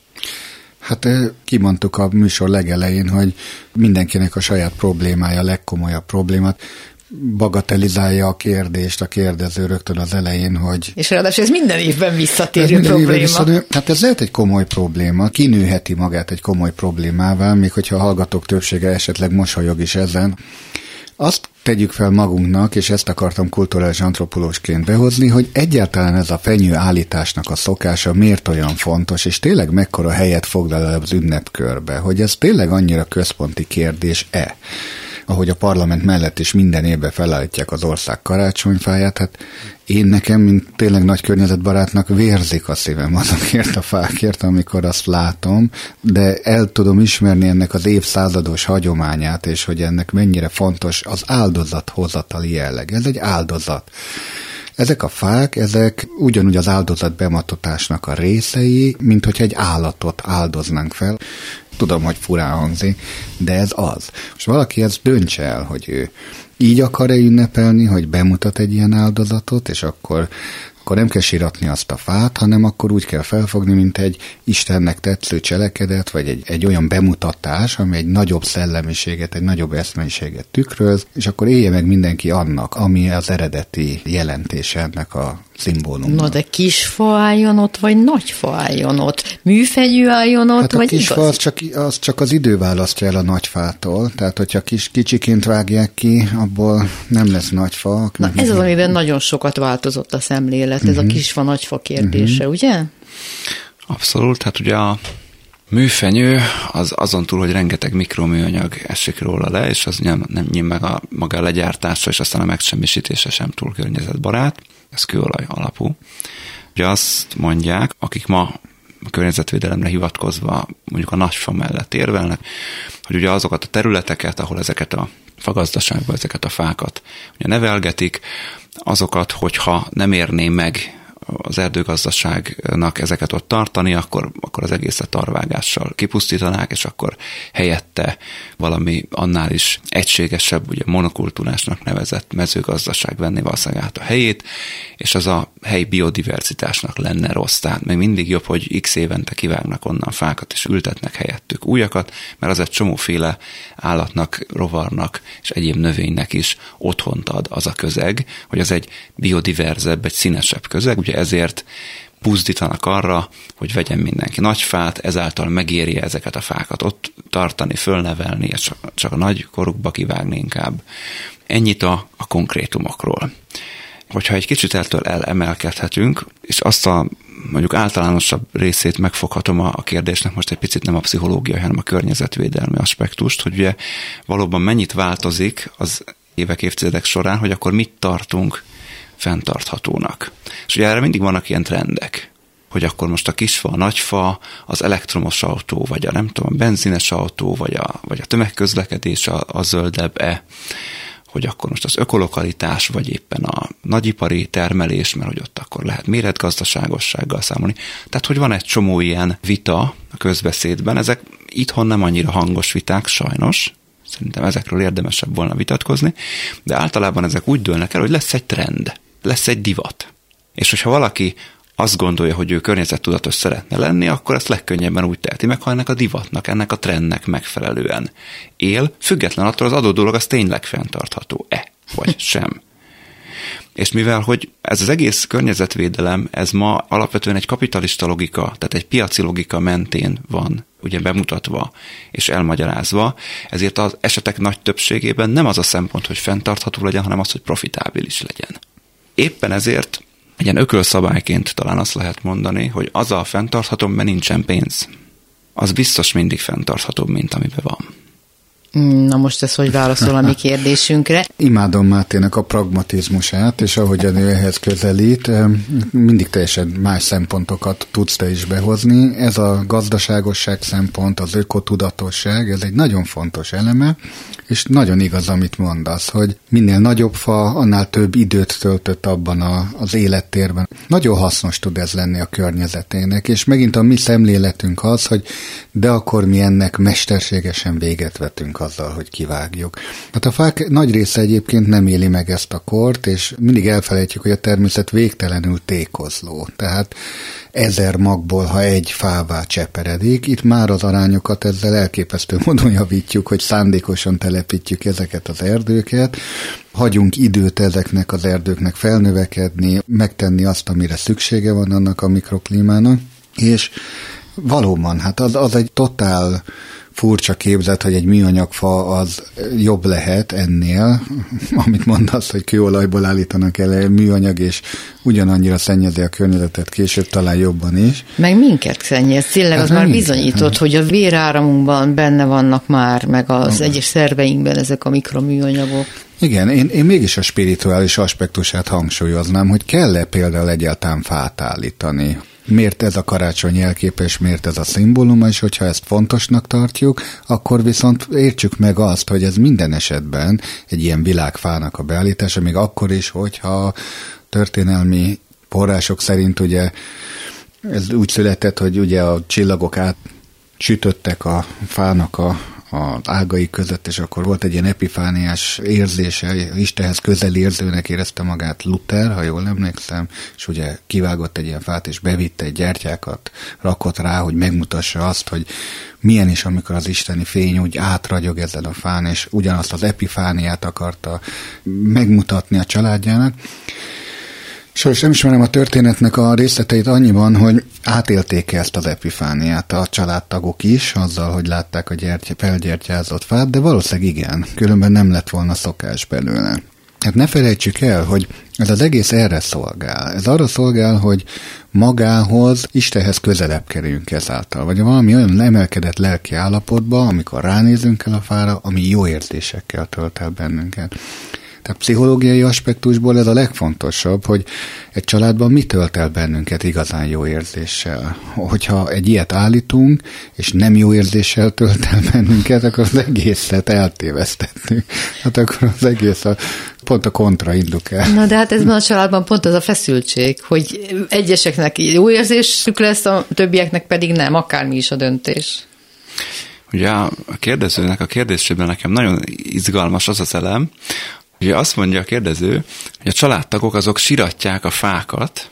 Hát kimondtuk a műsor legelején, hogy mindenkinek a saját problémája, a legkomolyabb problémát, bagatelizálja a kérdést, a kérdező rögtön az elején, hogy... És ráadásul ez minden évben visszatérő probléma. Hát ez lehet egy komoly probléma, kinőheti magát egy komoly problémává, még hogyha a hallgatók többsége esetleg mosolyog is ezen. Azt tegyük fel magunknak, és ezt akartam kulturális antropológusként behozni, hogy egyáltalán ez a fenyő állításnak a szokása miért olyan fontos, és tényleg mekkora helyet foglal el az ünnepkörbe, hogy ez tényleg annyira központi kérdés-e? Ahogy a parlament mellett is minden évben felállítják az ország karácsonyfáját, hát én nekem, mint tényleg nagy környezetbarátnak vérzik a szívem azokért a fákért, amikor azt látom, de el tudom ismerni ennek az évszázados hagyományát, és hogy ennek mennyire fontos az áldozathozatali jelleg. Ez egy áldozat. Ezek a fák, ezek ugyanúgy az áldozatbemutatásnak a részei, mint hogyha egy állatot áldoznánk fel. Tudom, hogy furán hangzik, de ez az. Most valaki ezt döntse el, hogy ő így akar-e ünnepelni, hogy bemutat egy ilyen áldozatot, és akkor nem kell síratni azt a fát, hanem akkor úgy kell felfogni, mint egy Istennek tetsző cselekedet, vagy egy olyan bemutatás, ami egy nagyobb szellemiséget, egy nagyobb eszmeiséget tükröz, és akkor élje meg mindenki annak, ami az eredeti jelentése ennek a szimbólumnak. Na de kisfa álljon ott, vagy nagyfa álljon ott? Műfegyű álljon ott, hát vagy a kisfa az csak az idő választja el a nagyfától, tehát hogyha kicsiként vágják ki, abból nem lesz nagyfa. Na ez az, amiben nagyon sokat változott a szemlélet, ez a kisfa-nagyfa kérdése, ugye? Abszolút, hát ugye a műfenyő az azon túl, hogy rengeteg mikroműanyag esik róla le, és az nem meg maga a legyártása, és aztán a megsemmisítése sem túl környezetbarát, ez kőolaj alapú. Ugye azt mondják, akik ma a környezetvédelemre hivatkozva mondjuk a nagyfa mellett érvelnek, hogy ugye azokat a területeket, ahol ezeket a fagazdaságban ezeket a fákat ugye nevelgetik, azokat, hogyha nem érné meg az erdőgazdaságnak ezeket ott tartani, akkor az egészet tarvágással kipusztítanák, és akkor helyette valami annál is egységesebb, ugye monokultúrásnak nevezett mezőgazdaság venné valószínűleg át a helyét, és az a helyi biodiverzitásnak lenne rossz. Tehát még mindig jobb, hogy x évente kivágnak onnan fákat, és ültetnek helyettük újakat, mert az egy csomóféle állatnak, rovarnak és egyéb növénynek is otthont ad az a közeg, hogy az egy biodiverzebb, egy színesebb közeg, ugye ezért buzdítanak arra, hogy vegyen mindenki nagy fát, ezáltal megéri ezeket a fákat ott tartani, fölnevelni, és csak a nagy korukba kivágni inkább. Ennyit a konkrétumokról. Hogyha egy kicsit ettől elemelkedhetünk, és azt a mondjuk általánosabb részét megfoghatom a kérdésnek, most egy picit nem a pszichológia, hanem a környezetvédelmi aspektust, hogy ugye valóban mennyit változik az évek, évtizedek során, hogy akkor mit tartunk fenntarthatónak. És ugye erre mindig vannak ilyen trendek, hogy akkor most a kisfa, a nagyfa, az elektromos autó, vagy a nem tudom, a benzines autó, vagy a tömegközlekedés a zöldebb-e, hogy akkor most az ökolokalitás, vagy éppen a nagyipari termelés, mert hogy ott akkor lehet méretgazdaságossággal számolni. Tehát, hogy van egy csomó ilyen vita a közbeszédben, ezek itthon nem annyira hangos viták, sajnos, szerintem ezekről érdemesebb volna vitatkozni, de általában ezek úgy dőlnek el, hogy lesz egy trend, lesz egy divat. És hogyha valaki azt gondolja, hogy ő környezettudatos szeretne lenni, akkor ezt legkönnyebben úgy teheti meg, ha ennek a divatnak, ennek a trendnek megfelelően él, független attól az adott dolog az tényleg fenntartható-e, vagy sem. És mivel, hogy ez az egész környezetvédelem, ez ma alapvetően egy kapitalista logika, tehát egy piaci logika mentén van ugye bemutatva és elmagyarázva, ezért az esetek nagy többségében nem az a szempont, hogy fenntartható legyen, hanem az, hogy profitábilis legyen. Éppen ezért egy ilyen ökölszabályként talán azt lehet mondani, hogy az a fenntartható, mert nincsen pénz. Az biztos mindig fenntarthatóbb, mint amiben van. Na most ez hogy válaszol a mi kérdésünkre? Imádom Mátének a pragmatizmusát, és ahogyan ő ehhez közelít, mindig teljesen más szempontokat tudsz te is behozni. Ez a gazdaságosság szempont, az ökotudatosság, ez egy nagyon fontos eleme, és nagyon igaz, amit mondasz, hogy minél nagyobb fa, annál több időt töltött abban az élettérben. Nagyon hasznos tud ez lenni a környezetének, és megint a mi szemléletünk az, hogy de akkor mi ennek mesterségesen véget vetünk azzal, hogy kivágjuk. Hát a fák nagy része egyébként nem éli meg ezt a kort, és mindig elfelejtjük, hogy a természet végtelenül tékozló. Tehát 1000 magból, ha egy fává cseperedik, itt már az arányokat ezzel elképesztő módon javítjuk, hogy szándékosan telepítjük ezeket az erdőket, hagyunk időt ezeknek az erdőknek felnövekedni, megtenni azt, amire szüksége van annak a mikroklímának, és valóban, hát az egy totál furcsa képzet, hogy egy műanyagfa az jobb lehet ennél, amit mondasz, hogy kőolajból állítanak el műanyag, és ugyanannyira szennyezi a környezetet később, talán jobban is. Meg minket szennyez, tényleg az már bizonyított, hogy a véráramunkban benne vannak már, meg az egyes szerveinkben ezek a mikroműanyagok. Igen, én mégis a spirituális aspektusát hangsúlyoznám, hogy kell-e például egyáltalán fát állítani. Miért ez a karácsony jelképe, és miért ez a szimbóluma, és hogyha ezt fontosnak tartjuk, akkor viszont értsük meg azt, hogy ez minden esetben egy ilyen világfának a beállítása, még akkor is, hogyha történelmi források szerint ugye ez úgy született, hogy ugye a csillagok átsütöttek a fának az ágai között, és akkor volt egy ilyen epifániás érzése, Istenhez közeli érzőnek érezte magát Luther, ha jól emlékszem, és ugye kivágott egy ilyen fát, és bevitte egy gyertyákat, rakott rá, hogy megmutassa azt, hogy milyen is, amikor az isteni fény úgy átragyog ezen a fán, és ugyanazt az epifániát akarta megmutatni a családjának. Sajnos nem ismerem a történetnek a részleteit annyiban, hogy átélték ezt az epifániát a családtagok is, azzal, hogy látták a felgyertyázott fát, de valószínűleg igen, különben nem lett volna szokás belőle. Hát ne felejtsük el, hogy ez az egész erre szolgál. Ez arra szolgál, hogy magához, Istenhez közelebb kerüljünk ezáltal. Vagy valami olyan emelkedett lelki állapotba, amikor ránézünk el a fára, ami jó érzésekkel tölt el bennünket. Tehát pszichológiai aspektusból ez a legfontosabb, hogy egy családban mi tölt el bennünket igazán jó érzéssel. Hogyha egy ilyet állítunk, és nem jó érzéssel tölt el bennünket, akkor az egészet eltévesztettünk. Hát akkor az egész pont a kontra induk el. Na de hát ez a családban pont az a feszültség, hogy egyeseknek jó érzésük lesz, a többieknek pedig nem, akármi is a döntés. Ugye a kérdezőnek a kérdésében nekem nagyon izgalmas az az elem, ugye azt mondja a kérdező, hogy a családtagok azok siratják a fákat,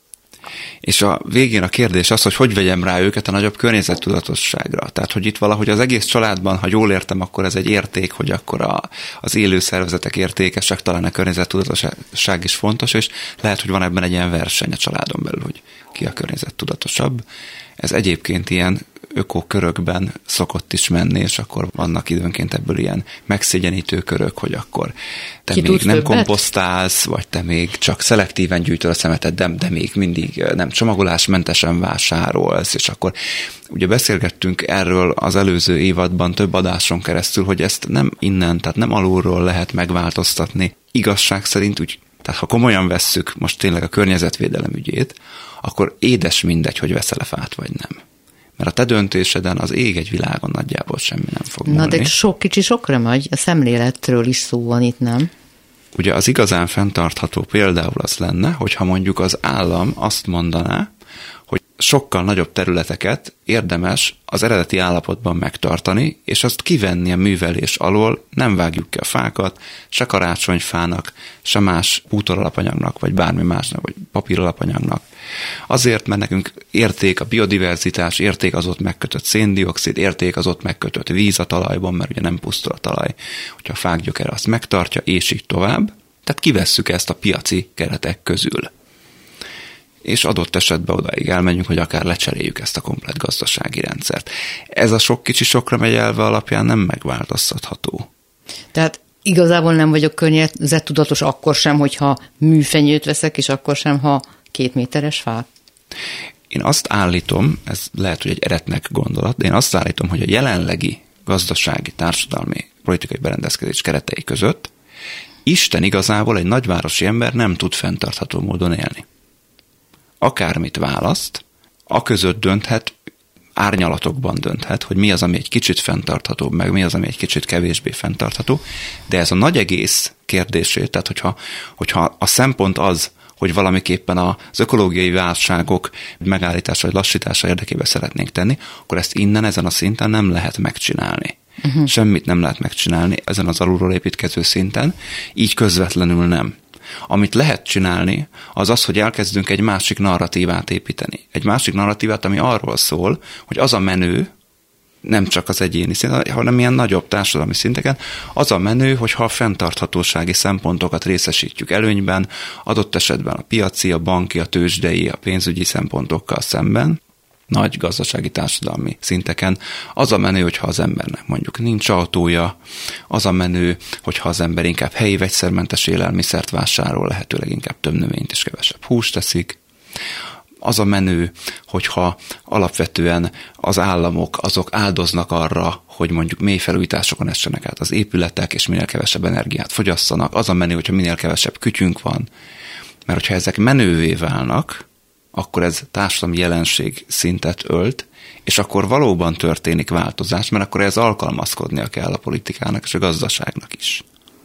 és a végén a kérdés az, hogy vegyem rá őket a nagyobb környezettudatosságra. Tehát, hogy itt valahogy az egész családban, ha jól értem, akkor ez egy érték, hogy akkor az élő szervezetek értékesek, talán a környezettudatosság is fontos, és lehet, hogy van ebben egy ilyen verseny a családon belül, hogy ki a környezettudatosabb. Ez egyébként ilyen ökokörökben szokott is menni, és akkor vannak időnként ebből ilyen megszégyenítő körök, hogy akkor te még nem többet komposztálsz, vagy te még csak szelektíven gyűjtöd a szemetet, de még mindig nem csomagolásmentesen vásárolsz, és akkor ugye beszélgettünk erről az előző évadban több adáson keresztül, hogy ezt nem innen, tehát nem alulról lehet megváltoztatni. Igazság szerint úgy, tehát ha komolyan vesszük most tényleg a környezetvédelem ügyét, akkor édes mindegy, hogy veszel-e fát, vagy nem. Mert a te döntéseden az ég egy világon nagyjából semmi nem fog múlni. Na de sok kicsi sokra megy, a szemléletről is szó van itt, nem? Ugye az igazán fenntartható például az lenne, hogyha mondjuk az állam azt mondaná, hogy sokkal nagyobb területeket érdemes az eredeti állapotban megtartani, és azt kivenni a művelés alól, nem vágjuk ki a fákat, se karácsonyfának, se más bútoralapanyagnak, vagy bármi másnak, vagy papíralapanyagnak. Azért, mert nekünk érték a biodiverzitás, érték az ott megkötött széndioxid, érték az ott megkötött víz a talajban, mert ugye nem pusztul a talaj, hogyha a fák gyökere azt megtartja, és így tovább. Tehát kivesszük ezt a piaci keretek közül. És adott esetben odaig elmenjünk, hogy akár lecseréljük ezt a komplett gazdasági rendszert. Ez a sok kicsi sokra megy elve alapján nem megváltoztatható. Tehát igazából nem vagyok környezettudatos akkor sem, hogyha műfenyőt veszek, és akkor sem, ha 2 méteres fát. Én azt állítom, ez lehet, hogy egy eretnek gondolat, de én azt állítom, hogy a jelenlegi gazdasági, társadalmi, politikai berendezkedés keretei között Isten igazából egy nagyvárosi ember nem tud fenntartható módon élni. Akármit választ, aközött dönthet, árnyalatokban dönthet, hogy mi az, ami egy kicsit fenntarthatóbb, meg mi az, ami egy kicsit kevésbé fenntartható, de ez a nagy egész kérdését, tehát hogyha a szempont az, hogy valamiképpen az ökológiai válságok megállítása vagy lassítása érdekében szeretnénk tenni, akkor ezt innen, ezen a szinten nem lehet megcsinálni. Semmit nem lehet megcsinálni ezen az alulról építkező szinten, így közvetlenül nem. Amit lehet csinálni, az az, hogy elkezdünk egy másik narratívát építeni. Egy másik narratívát, ami arról szól, hogy az a menő, nem csak az egyéni szinten, hanem ilyen nagyobb társadalmi szinteken, az a menő, hogyha a fenntarthatósági szempontokat részesítjük előnyben, adott esetben a piaci, a banki, a tőzsdei, a pénzügyi szempontokkal szemben, nagy gazdasági társadalmi szinteken, az a menő, hogyha az embernek mondjuk nincs autója, az a menő, hogyha az ember inkább helyi vegyszermentes élelmiszert vásárol, lehetőleg inkább több növényt és kevesebb húst teszik, az a menő, hogyha alapvetően az államok azok áldoznak arra, hogy mondjuk mély felújításokon essenek át az épületek, és minél kevesebb energiát fogyasszanak, az a menő, hogyha minél kevesebb kütyünk van, mert hogyha ezek menővé válnak, akkor ez társadalmi jelenség szintet ölt, és akkor valóban történik változás, mert akkor ez alkalmazkodnia kell a politikának és a gazdaságnak is.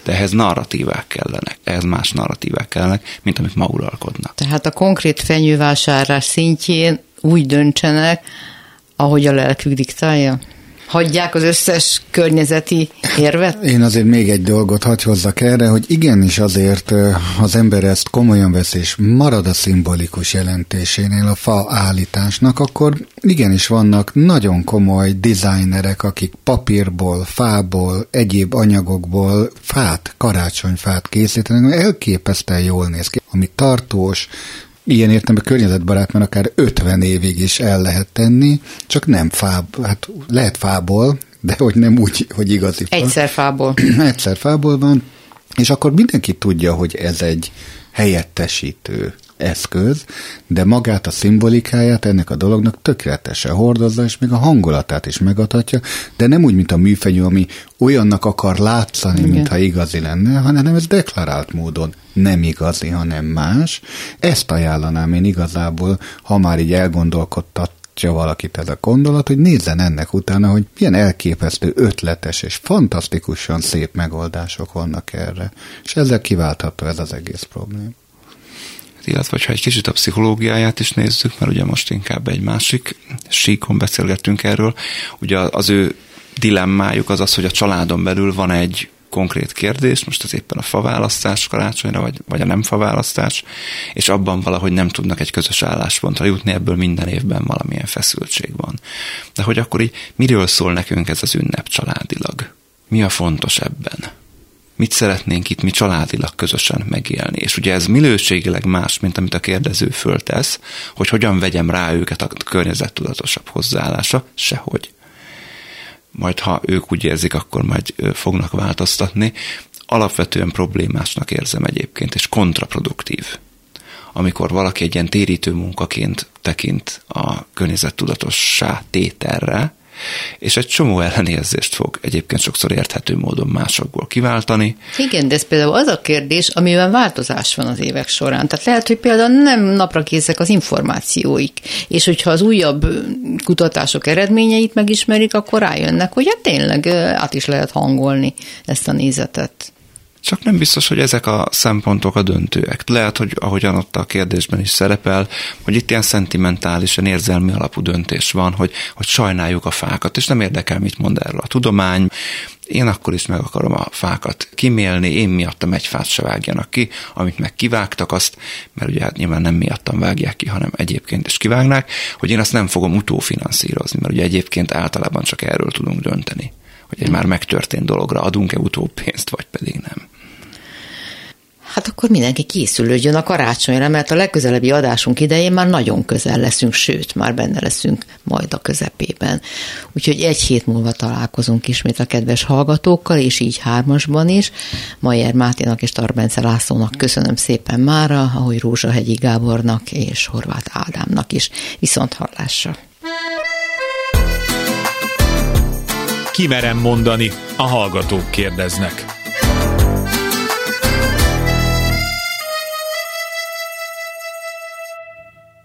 de ehhez narratívák kellenek, ehhez más narratívák kellenek, mint amit ma uralkodnak. Tehát a konkrét fenyővásárlás szintjén úgy döntsenek, ahogy a lelkük diktálja? Hagyják az összes környezeti érvet? Én azért még egy dolgot hadd hozzak erre, hogy igenis azért az ember ezt komolyan vesz, és marad a szimbolikus jelentésénél a fa állításnak, akkor igenis vannak nagyon komoly designerek, akik papírból, fából, egyéb anyagokból karácsonyfát készítenek, elképesztően jól néz ki, ami tartós, ilyen értelemben környezetbarát, mert akár 50 évig is el lehet tenni, csak nem hát lehet fából, de hogy nem úgy, hogy igazi fa. Egyszer fából. Egyszer fából van, és akkor mindenki tudja, hogy ez egy helyettesítő eszköz, de magát a szimbolikáját ennek a dolognak tökéletesen hordozza, és még a hangulatát is megadhatja, de nem úgy, mint a műfenyő, ami olyannak akar látszani, mintha igazi lenne, hanem ez deklarált módon nem igazi, hanem más. Ezt ajánlanám én igazából, ha már így elgondolkodtatja valakit ez a gondolat, hogy nézzen ennek utána, hogy milyen elképesztő, ötletes és fantasztikusan szép megoldások vannak erre. És ezzel kiváltható ez az egész probléma. Illetve, ha egy kicsit a pszichológiáját is nézzük, mert ugye most inkább egy másik síkon beszélgettünk erről, ugye az ő dilemmájuk az, hogy a családon belül van egy konkrét kérdés, most ez éppen a faválasztás karácsonyra, vagy a nem faválasztás, és abban valahogy nem tudnak egy közös álláspontra jutni, ebből minden évben valamilyen feszültség van. De hogy akkor így miről szól nekünk ez az ünnep családilag? Mi a fontos ebben? Mit szeretnénk itt mi családilag közösen megélni? És ugye ez minőségileg más, mint amit a kérdező föltesz, hogy hogyan vegyem rá őket a környezettudatosabb hozzáállása, sehogy. Majd ha ők úgy érzik, akkor majd fognak változtatni. Alapvetően problémásnak érzem egyébként, és kontraproduktív. Amikor valaki egy ilyen térítő munkaként tekint a környezettudatossá tételre, és egy csomó ellenérzést fog egyébként sokszor érthető módon másokból kiváltani. Igen, de ez például az a kérdés, amiben változás van az évek során. Tehát lehet, hogy például nem napra készek az információik, és hogyha az újabb kutatások eredményeit megismerik, akkor rájönnek, hogy hát tényleg át is lehet hangolni ezt a nézetet. Csak nem biztos, hogy ezek a szempontok a döntőek. Lehet, hogy ahogyan ott a kérdésben is szerepel, hogy itt ilyen szentimentális, érzelmi alapú döntés van, hogy sajnáljuk a fákat, és nem érdekel, mit mond erről a tudomány. Én akkor is meg akarom a fákat kimélni, én miattam egy fát se vágjanak ki, amit meg kivágtak azt, mert ugye hát nyilván nem miattam vágják ki, hanem egyébként is kivágnák, hogy én azt nem fogom utófinanszírozni, mert ugye egyébként általában csak erről tudunk dönteni, hogy egy már megtörtént dologra adunk-e utópénzt, vagy pedig nem. Hát akkor mindenki készülődjön a karácsonyra, mert a legközelebbi adásunk idején már nagyon közel leszünk, sőt, már benne leszünk majd a közepében. Úgyhogy egy hét múlva találkozunk ismét a kedves hallgatókkal, és így hármasban is. Mayer Máténak és Tarbence Lászlónak köszönöm szépen mára, ahogy Rózsahegyi Gábornak és Horváth Ádámnak is. Viszonthallásra! Ki merem mondani, a hallgatók kérdeznek.